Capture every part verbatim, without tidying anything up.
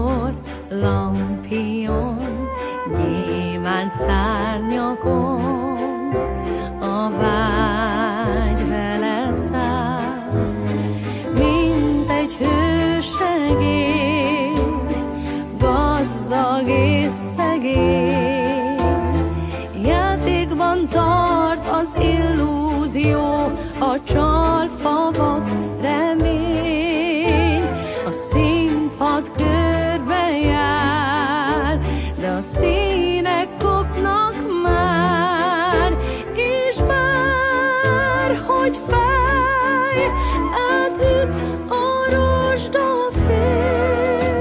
mikor lampion, gyémánt szárnyakon, a vágy vele száll, mint egy hős regény, gazdag és szegény. Játékban tart az illúzió, a csalfa vak remény. A színpad körbejár, de a színek kopnak már, és bárhogy fáj, átüt a rozsdafény.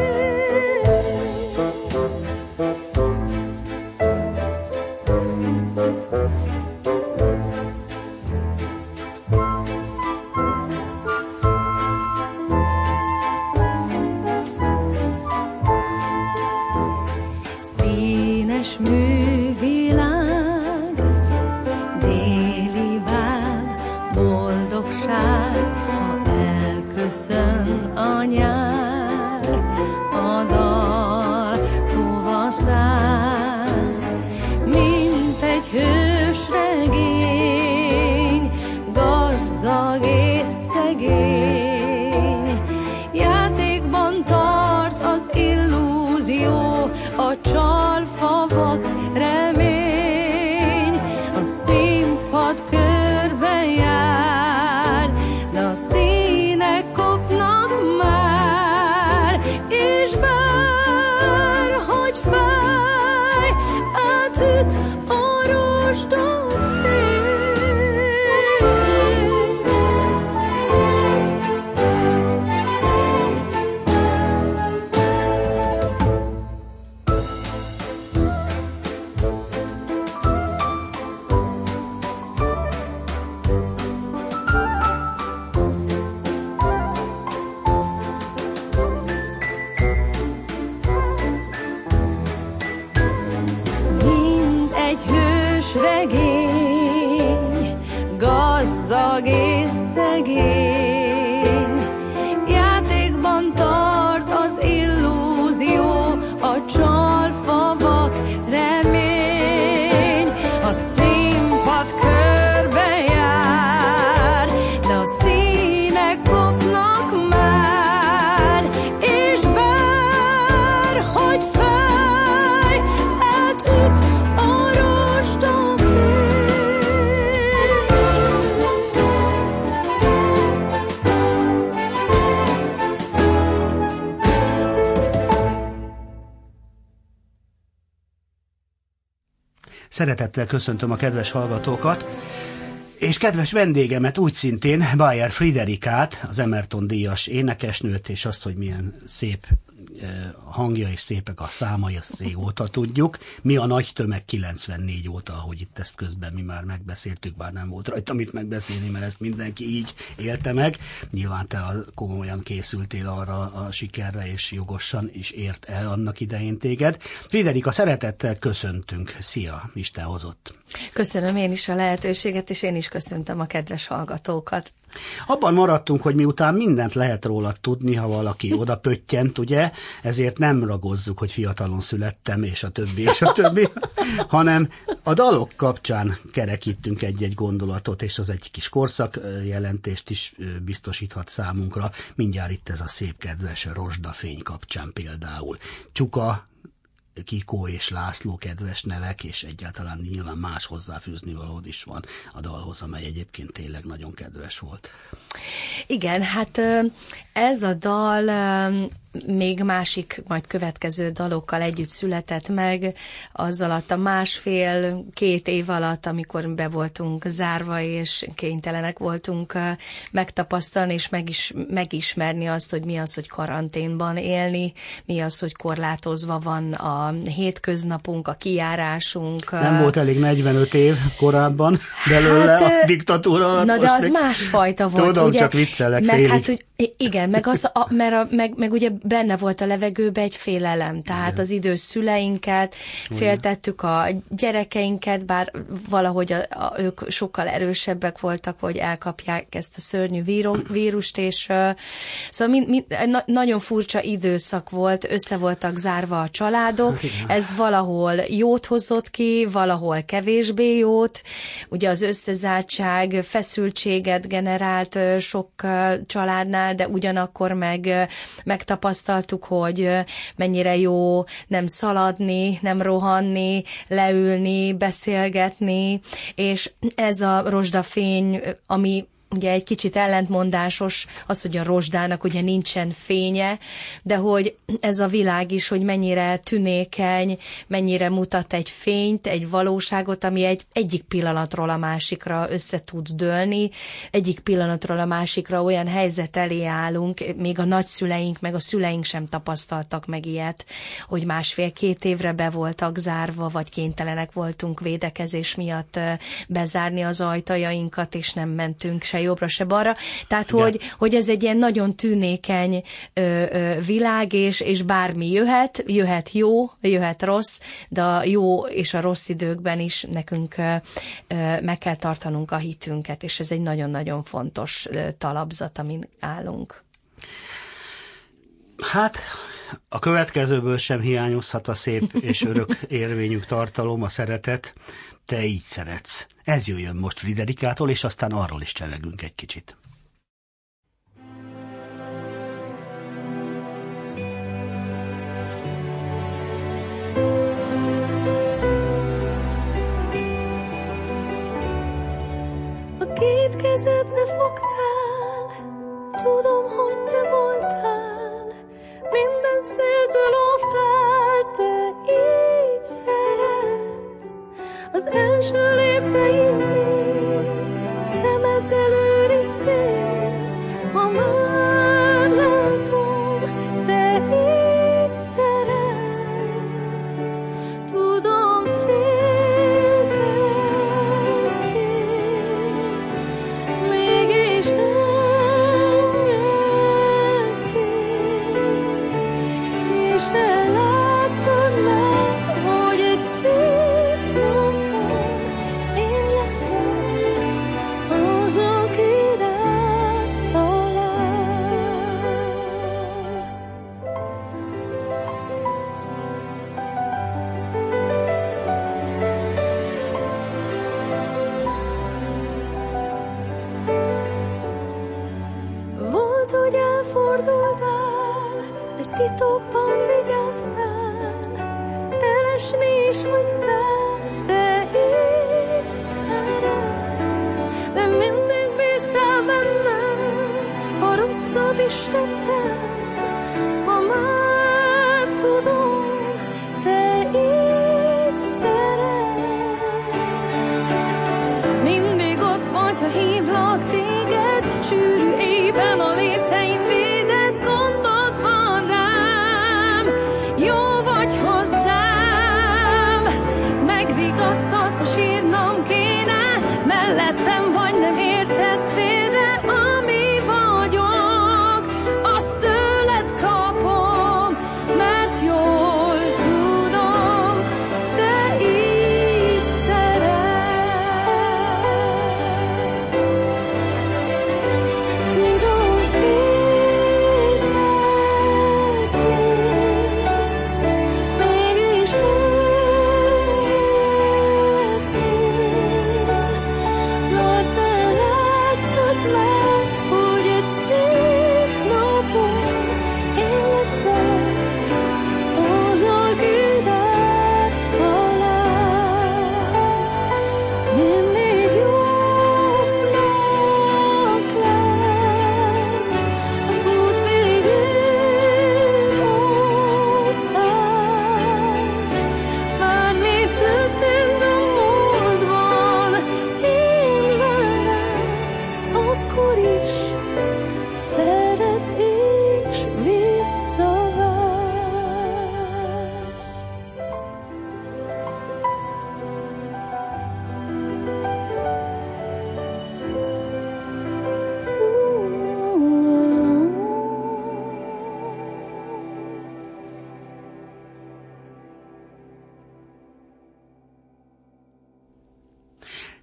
Színes művilág, déli báb, boldogság, ha elköszön a nyár, a dal tova száll, mint egy hős regény, gazdag és szegény. Játékban tart az illúzió, a csalfa vak remény. A színpad körbejár, de a színek kopnak már, és bárhogy fáj, átüt a rozsdafény. Regény, gazdag és szegény. Játékban tart az illúzió, a csalfa vak remény. A színpad körbejár, de a színek kopnak már, és bárhogy fáj, átüt a Szeretettel köszöntöm a kedves hallgatókat, és kedves vendégemet úgy szintén, Bayer Friderikát, az Emerton díjas énekesnőt, és azt, hogy milyen szép hangja és szépek a számai, azt régóta tudjuk. Mi a nagy tömeg kilencvennégy óta, ahogy itt ezt közben mi már megbeszéltük, bár nem volt rajta mit megbeszélni, mert ezt mindenki így élte meg. Nyilván te komolyan készültél arra a sikerre, és jogosan is ért el annak idején téged. Friderika, szeretettel köszöntünk. Szia, Isten hozott. Köszönöm én is a lehetőséget, és én is köszöntöm a kedves hallgatókat. Abban maradtunk, hogy miután mindent lehet róla tudni, ha valaki oda pöttyent, ugye, ezért nem ragozzuk, hogy fiatalon születtem, és a többi, és a többi, hanem a dalok kapcsán kerekítünk egy-egy gondolatot, és az egy kis korszak jelentést is biztosíthat számunkra. Mindjárt itt ez a szép kedves rozsdafény kapcsán például. Csuka, Kikó és László kedves nevek, és egyáltalán nyilván más hozzáfűzni valód is van a dalhoz, amely egyébként tényleg nagyon kedves volt. Igen, hát ez a dal még másik, majd következő dalokkal együtt született meg, az alatt a másfél-két év alatt, amikor be voltunk zárva, és kénytelenek voltunk megtapasztalni, és megis, megismerni azt, hogy mi az, hogy karanténban élni, mi az, hogy korlátozva van a hétköznapunk, a kijárásunk. Nem volt elég negyvenöt év korábban belőle hát, a diktatúra. Na de az másfajta volt. Tudom, ugye? csak viccelek meg félig. Hát, hogy I- igen, meg, az, a, mert a, meg, meg ugye benne volt a levegőben egy félelem, tehát igen. Az idős szüleinket, féltettük a gyerekeinket, bár valahogy a, a, ők sokkal erősebbek voltak, hogy elkapják ezt a szörnyű víru, vírust, és uh, szóval mind, mind, na, nagyon furcsa időszak volt, össze voltak zárva a családok, ez valahol jót hozott ki, valahol kevésbé jót, ugye az összezártság feszültséget generált uh, sok uh, családnál, de ugyanakkor meg megtapasztaltuk, hogy mennyire jó nem szaladni, nem rohanni, leülni, beszélgetni, és ez a rozsdafény, ami ugye egy kicsit ellentmondásos az, hogy a rozsdának ugye nincsen fénye, de hogy ez a világ is, hogy mennyire tünékeny, mennyire mutat egy fényt, egy valóságot, ami egy egyik pillanatról a másikra össze tud dőlni, egyik pillanatról a másikra olyan helyzet elé állunk, még a nagyszüleink, meg a szüleink sem tapasztaltak meg ilyet, hogy másfél-két évre be voltak zárva, vagy kénytelenek voltunk védekezés miatt bezárni az ajtajainkat, és nem mentünk se jobbra, se balra. Tehát, hogy, hogy ez egy ilyen nagyon tűnékeny ö, ö, világ, és, és bármi jöhet, jöhet jó, jöhet rossz, de a jó és a rossz időkben is nekünk ö, ö, meg kell tartanunk a hitünket, és ez egy nagyon-nagyon fontos ö, talapzat, amin állunk. Hát, a következőből sem hiányozhat a szép és örök érvényű tartalom, a szeretet. Te így szeretsz. Ez jöjjön most Friderikától, és aztán arról is csevegünk egy kicsit. A két kezedbe fogtál, tudom, hogy te voltál, minden széltől óvtál, te így szeretsz. Az első lépteimnél szemeddel őriztél, ha már látom, te így szeretsz. Tudom, féltettél, mégis engedtél, és elláttad már, hogy egy szép napon én leszek az, aki rád talál. Volt, hogy elfordultál, de titokban vigyáztál, elesni is hagytál, te így szeretsz, de mindig bíztál bennem, ha rosszat is tettem, ma már tudom, te így szeretsz. Mindig ott vagy, ha hívlak téged, sűrű éjben a lépteim védett, gondod van rám, jó vagy hozzám, megvigasztalsz, ha sírnom kéne, mellettem vagy, nem értesz félre, ami vagyok,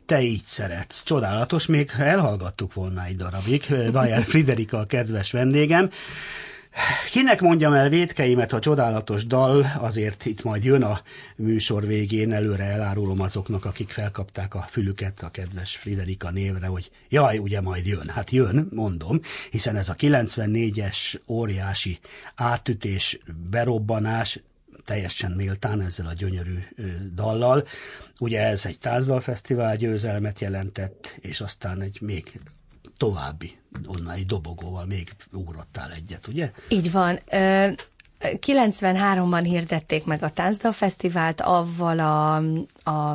te így szeretsz. Csodálatos, még elhallgattuk volna egy darabig. Bayer Friederika a kedves vendégem. Kinek mondjam el vétkeimet, a csodálatos dal, azért itt majd jön a műsor végén, előre elárulom azoknak, akik felkapták a fülüket a kedves Friederika névre, hogy jaj, ugye majd jön. Hát jön, mondom, hiszen ez a kilencvennégyes óriási átütés, berobbanás, teljesen méltán ezzel a gyönyörű dallal. Ugye ez egy táncdalfesztivál győzelmet jelentett, és aztán egy még további, onnan egy dobogóval még ugrottál egyet, ugye? Így van. kilencvenháromban hirdették meg a Táncdalfesztivált, avval a, a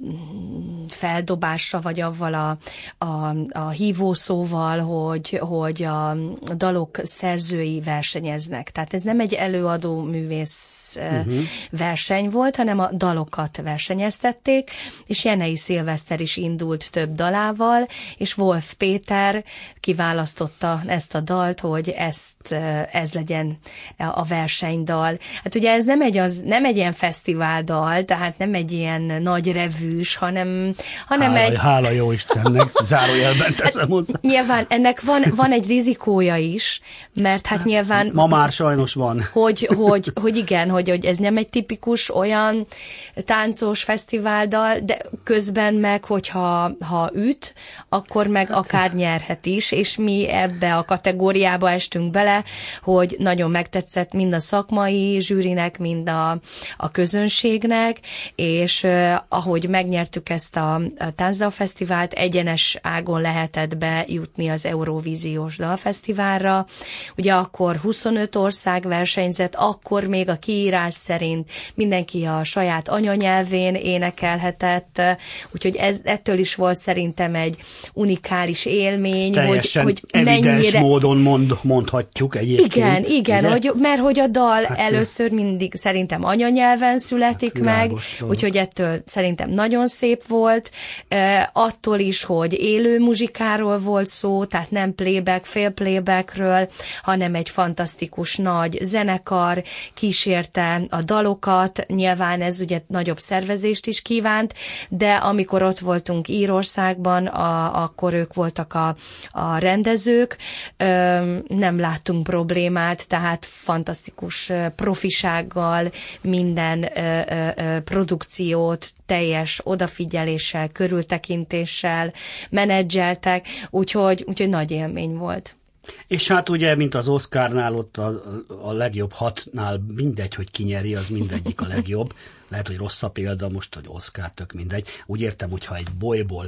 feldobásra, vagy avval a, a, a hívószóval, hogy, hogy a dalok szerzői versenyeznek. Tehát ez nem egy előadó művész uh-huh. verseny volt, hanem a dalokat versenyeztették, és Jenei Szilveszter is indult több dalával, és Wolf Péter kiválasztotta ezt a dalt, hogy ezt, ez legyen a versenydal. Hát ugye ez nem egy, az, nem egy ilyen fesztiváldal, tehát nem egy ilyen nagy revűs, hanem, hanem hála, egy... Hála jó Istennek, zárójelben teszem hozzá. Nyilván ennek van, van egy rizikója is, mert hát, hát nyilván... Ma már sajnos van. Hogy, hogy, hogy igen, hogy, hogy ez nem egy tipikus olyan táncos fesztiváldal, de közben meg, hogyha ha üt, akkor meg hát, akár nyerhet is, és mi ebbe a kategóriába estünk bele, hogy nagyon megtetszett mind a szakmai zsűrinek, mind a, a közönségnek, és uh, ahogy megnyertük ezt a, a Táncdalfesztivált, egyenes ágon lehetett bejutni az Eurovíziós Dalfesztiválra. Ugye akkor huszonöt ország versenyzett, akkor még a kiírás szerint mindenki a saját anyanyelvén énekelhetett, úgyhogy ez, ettől is volt szerintem egy unikális élmény. Teljesen hogy, hogy evidens mennyire... módon mond, mondhatjuk egyébként. Igen, igen, hogy, mert hogy a dal hát, először mindig szerintem anyanyelven születik hát, meg, úgyhogy ettől szerintem nagyon szép volt. E, attól is, hogy élő muzsikáról volt szó, tehát nem playback, fél playbackről, hanem egy fantasztikus nagy zenekar kísérte a dalokat. Nyilván ez ugye nagyobb szervezést is kívánt, de amikor ott voltunk Írországban, a, akkor ők voltak a, a rendezők, ö, nem láttunk problémát, tehát fantasztikus profisággal minden ö, ö, produkciót teljes odafigyeléssel, körültekintéssel menedzseltek, úgyhogy, úgyhogy nagy élmény volt. És hát ugye, mint az Oscarnál, ott a, a legjobb hatnál mindegy, hogy ki nyeri, az mindegyik a legjobb. Lehet, hogy rossz a példa most, hogy Oscar, tök mindegy. Úgy értem, hogyha egy bolyból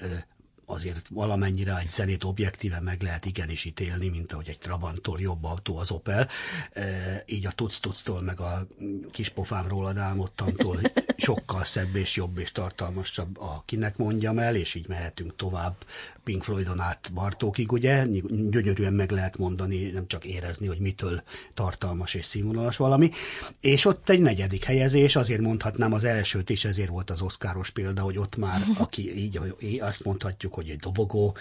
azért valamennyire egy zenét objektíven meg lehet igenis ítélni, mint ahogy egy Trabanttól jobb autó az Opel. E, így a Tuc-Tuctól meg a Kispofám rólad álmodtamtól sokkal szebb és jobb és tartalmasabb a Kinek mondjam el, és így mehetünk tovább Pink Floydon át Bartókig, ugye? Gyönyörűen meg lehet mondani, nem csak érezni, hogy mitől tartalmas és színvonalas valami. És ott egy negyedik helyezés, azért mondhatnám az elsőt is, ezért volt az oszkáros példa, hogy ott már, aki így azt mondhatjuk, hogy egy dobogó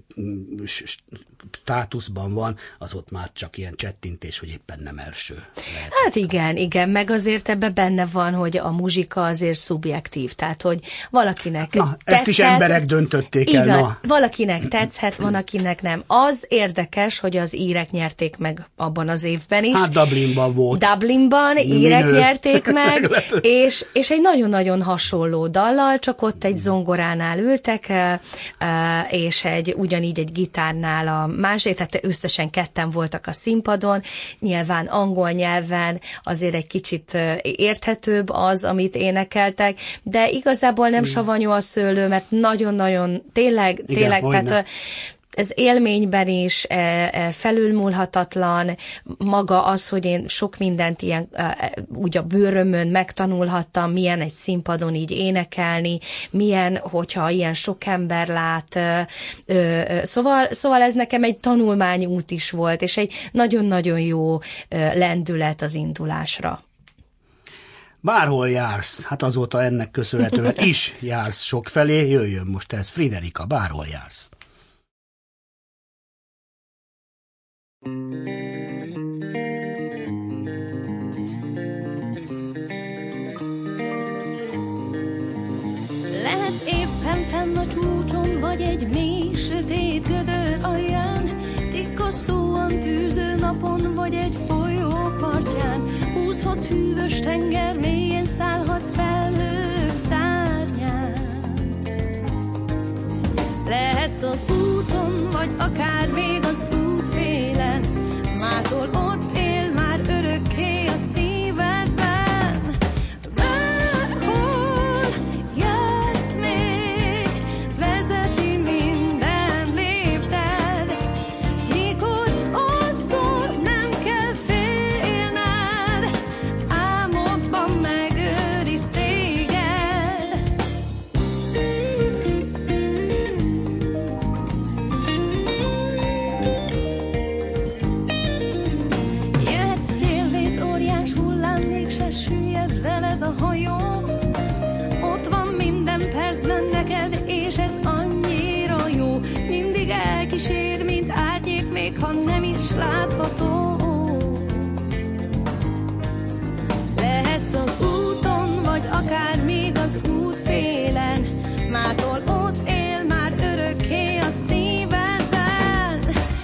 státuszban van, az ott már csak ilyen csettintés, hogy éppen nem első. Lehet. Hát igen, igen, meg azért ebben benne van, hogy a muzsika azért szubjektív, tehát hogy valakinek na, tetszhet, ezt is emberek döntötték el. Van, na. Valakinek tetszhet, van, akinek nem. Az érdekes, hogy az írek nyerték meg abban az évben is. Hát Dublinban volt. Dublinban írek nyerték meg, és, és egy nagyon-nagyon hasonló dallal, csak ott egy zongoránál ültek, és egy ugyanígy egy gitárnál a másik, tehát összesen ketten voltak a színpadon, nyilván angol nyelven azért egy kicsit érthetőbb az, amit énekeltek, de igazából nem savanyú a szőlő, mert nagyon-nagyon tényleg, igen, tényleg, tehát ez élményben is felülmúlhatatlan, maga az, hogy én sok mindent ilyen úgy a bőrömön megtanulhattam, milyen egy színpadon így énekelni, milyen, hogyha ilyen sok ember lát. Szóval, szóval ez nekem egy tanulmányút is volt, és egy nagyon-nagyon jó lendület az indulásra. Bárhol jársz, hát azóta ennek köszönhetően is jársz sokfelé, jöjjön most ez, Friederika, bárhol jársz. Lehetsz éppen fenn a csúcs egy mély, sötét gödör alján, tikkasztóan tűző napon, vagy egy folyó partján, úszhatsz hűvös tenger mélyén, szállhatsz felhők szárnyán. Lehetsz az úton, vagy akár még az útfélen, mától ott él már örökké a szívedben. Bárhol jársz még, vezeti minden lépted, mikor alszol, nem kell félned, álmodban megőriz téged. Jöhet szélvész, óriás hullám, mégse süllyed veled a hajó. Ott van minden percben neked, és ez annyira jó. Mindig elkísér, mint árnyék, még ha nem is látható. Lehetsz az úton, vagy akár még az útfélen, mától ott él már örökké a szívedben.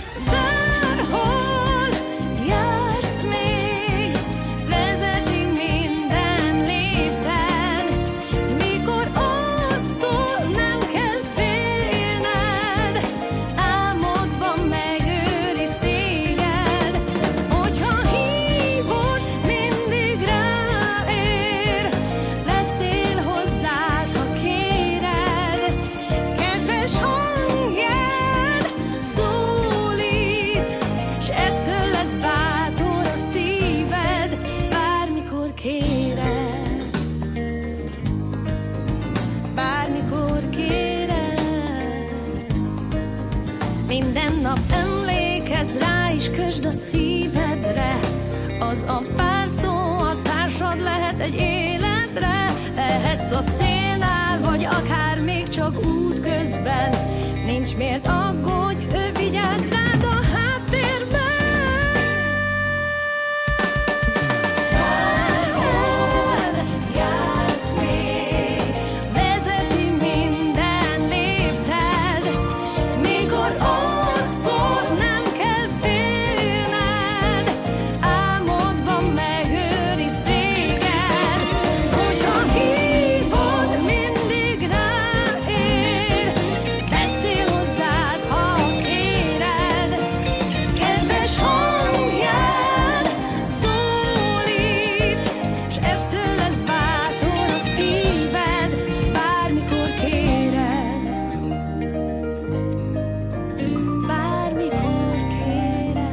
Bárhol jársz még, vezeti minden lépted, mikor alszol, nem kell félned, álmodban megőriz téged. Hogyha hívod, mindig ráér, beszél hozzád, ha kéred, kedves hangján szólít, s ettől lesz bátor a szíved, bármikor kéred, bármikor kéred. Minden nap emlékezz rá, és kösd a szívedre, az a pár szó a társad lehet egy életre. Lehetsz a célnál, vagy akár még csak út közben, nincs miért aggódj, ő vigyáz rád a háttérben. Bárhol jársz még, vezeti minden lépted, mikor alszol, nem kell félned, álmodban megőriz téged. Hogyha hívod, mindig ráér, beszél hozzád, ha kéred, kedves hangján szólít, s ettől lesz bátor a szíved, bármikor kéred, bármikor kéred.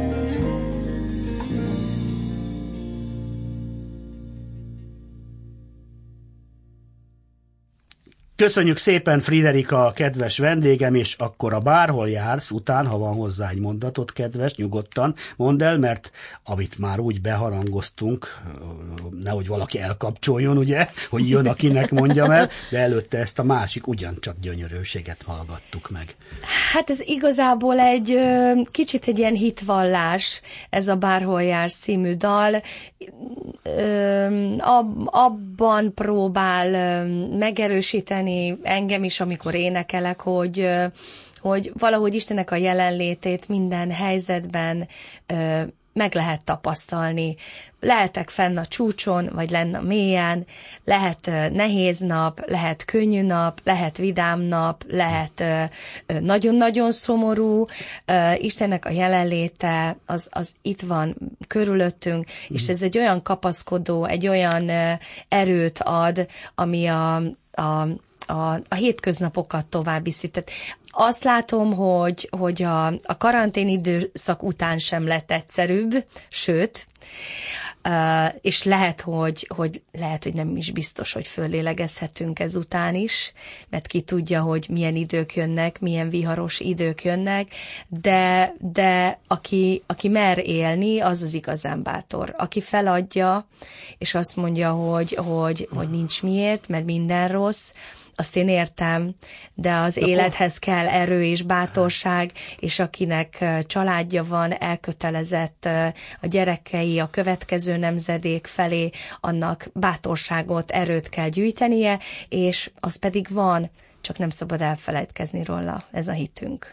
Köszönjük szépen, Friderika, a kedves vendégem, és akkor a bárhol jársz után, ha van hozzá egy mondatot, kedves, nyugodtan mondd el, mert amit már úgy beharangoztunk, nehogy valaki elkapcsoljon, ugye, hogy jön, akinek mondjam el, de előtte ezt a másik ugyancsak gyönyörűséget hallgattuk meg. Hát ez igazából egy ö, kicsit egy ilyen hitvallás, ez a Bárhol jársz című dal. Ö, ab, abban próbál ö, megerősíteni engem is, amikor énekelek, hogy, ö, hogy valahogy Istennek a jelenlétét minden helyzetben ö, meg lehet tapasztalni. Lehetek fenn a csúcson, vagy lenn a mélyen, lehet nehéz nap, lehet könnyű nap, lehet vidám nap, lehet nagyon-nagyon szomorú. Istennek a jelenléte az, az itt van körülöttünk, mm. és ez egy olyan kapaszkodó, egy olyan erőt ad, ami a, a A, a hétköznapokat tovább viszi. Tehát azt látom, hogy, hogy a, a karantén időszak után sem lett egyszerűbb, sőt, uh, és lehet hogy, hogy, lehet, hogy nem is biztos, hogy föllélegezhetünk ezután is, mert ki tudja, hogy milyen idők jönnek, milyen viharos idők jönnek, de, de aki, aki mer élni, az az igazán bátor. Aki feladja, és azt mondja, hogy, hogy, hogy nincs miért, mert minden rossz, azt én értem, de az de élethez akkor... kell erő és bátorság, és akinek családja van, elkötelezett a gyerekei, a következő nemzedék felé, annak bátorságot, erőt kell gyűjtenie, és az pedig van, csak nem szabad elfelejtkezni róla, ez a hitünk.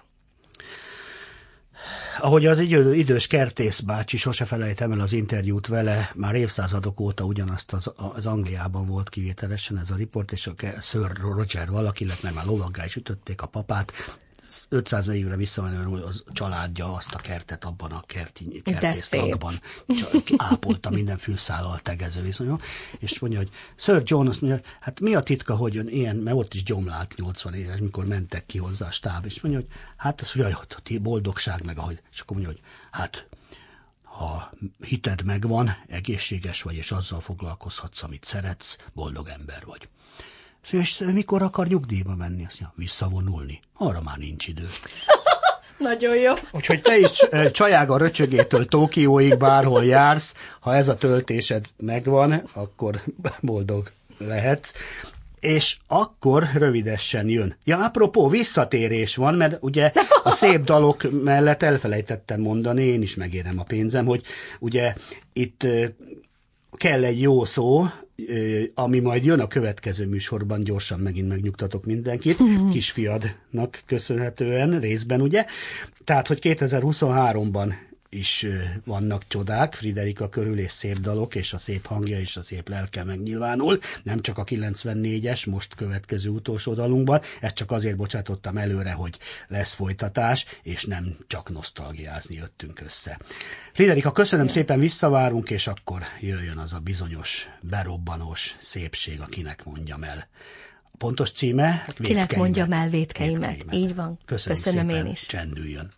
Ahogy az idő, idős Kertész bácsi, sose felejtem el az interjút vele, már évszázadok óta ugyanazt az, az Angliában volt kivételesen ez a riport, és a Sir Roger valaki lett, mert már lovaggá is ütötték a papát, ötszáz évre visszamenően a családja azt a kertet abban a kerti, kertészlakban ápolta minden fűszállal tegező viszonyban, és mondja, hogy Sir John azt mondja, hát mi a titka, hogy ön ilyen, mert ott is gyomlált nyolcvan éves, mikor mentek ki hozzá a stáb, és mondja, hogy hát az, hogy a boldogság meg ahogy, és akkor mondja, hogy hát ha hited megvan, egészséges vagy, és azzal foglalkozhatsz, amit szeretsz, boldog ember vagy. És mikor akar nyugdíjba menni? Azt mondja, visszavonulni. Arra már nincs idő. Nagyon jó. Úgyhogy te is Csajága Röcsögétől Tokióig bárhol jársz, ha ez a töltésed megvan, akkor boldog lehetsz. És akkor rövidesen jön. Ja, apropó, visszatérés van, mert ugye a szép dalok mellett elfelejtettem mondani, én is megérem a pénzem, hogy ugye itt kell egy jó szó, ami majd jön a következő műsorban, gyorsan megint megnyugtatok mindenkit, mm. kisfiadnak köszönhetően részben, ugye? Tehát, hogy kétezer-huszonháromban is vannak csodák, Friderika körül, és szép dalok, és a szép hangja, és a szép lelke megnyilvánul, nem csak a kilencvennégyes, most következő utolsó dalunkban, ezt csak azért bocsátottam előre, hogy lesz folytatás, és nem csak nosztalgiázni jöttünk össze. Friderika, köszönöm szépen, visszavárunk, és akkor jöjjön az a bizonyos, berobbanós szépség, akinek mondjam el. A pontos címe? Kinek mondjam el vétkeimet. vétkeimet. Így van. Köszönöm, köszönöm szépen, én is. Csendüljön.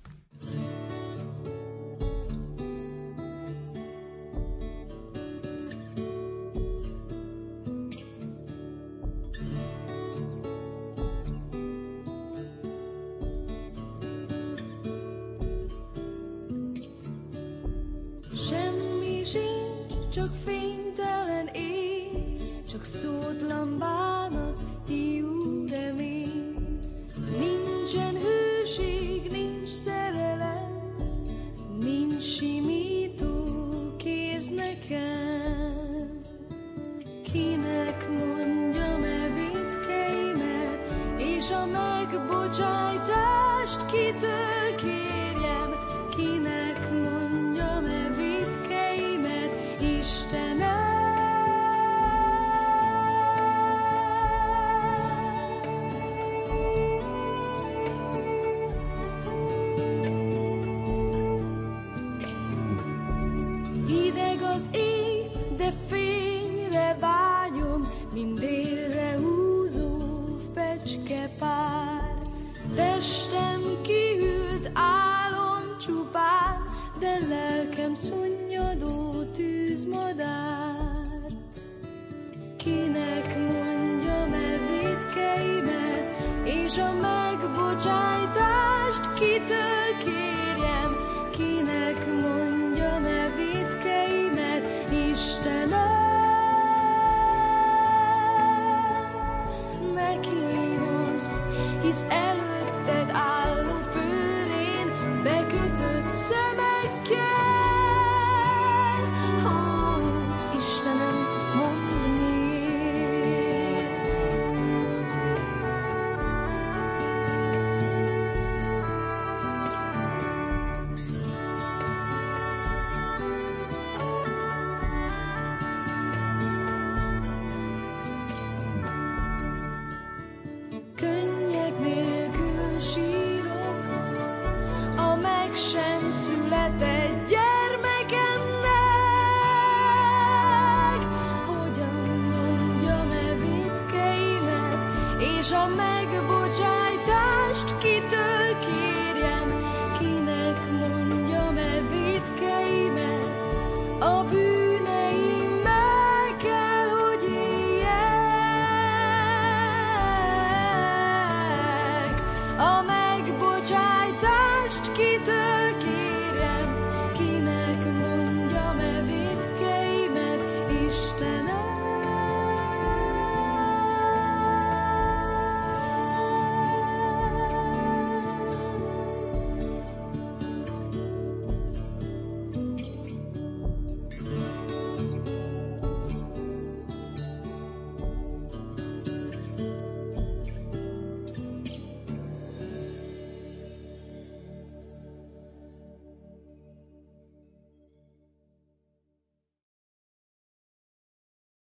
Csak fénytelen éj, csak szótlan bánat, hiú remény. Nincsen hőség, nincs szerelem, nincs simító kéz nekem. Kinek mondjam el vétkeimet, és a megbocsájtást kitől kérjem? Kinek mondjam el vétkeimet, Istenem? Hideg az éj, de fényre vágyom, mint délre húzó fecskepár. Testem kihűlt álom csupán, de lelkem szunnyadó tűzmadár. Kinek mondjam el vétkeimet, és a megbocsájtást kitől kérjem? Kinek mondjam el vétkeimet, Istenem? Ne kínosz, hisz előtted álló bőrén bekötött szemekkel. Ó, Istenem, mondd miért. Könnyek nélkül sírok a meg sem született gyermekemnek. Hogyan mondjam el vétkeimet, és a megbocsájtást ki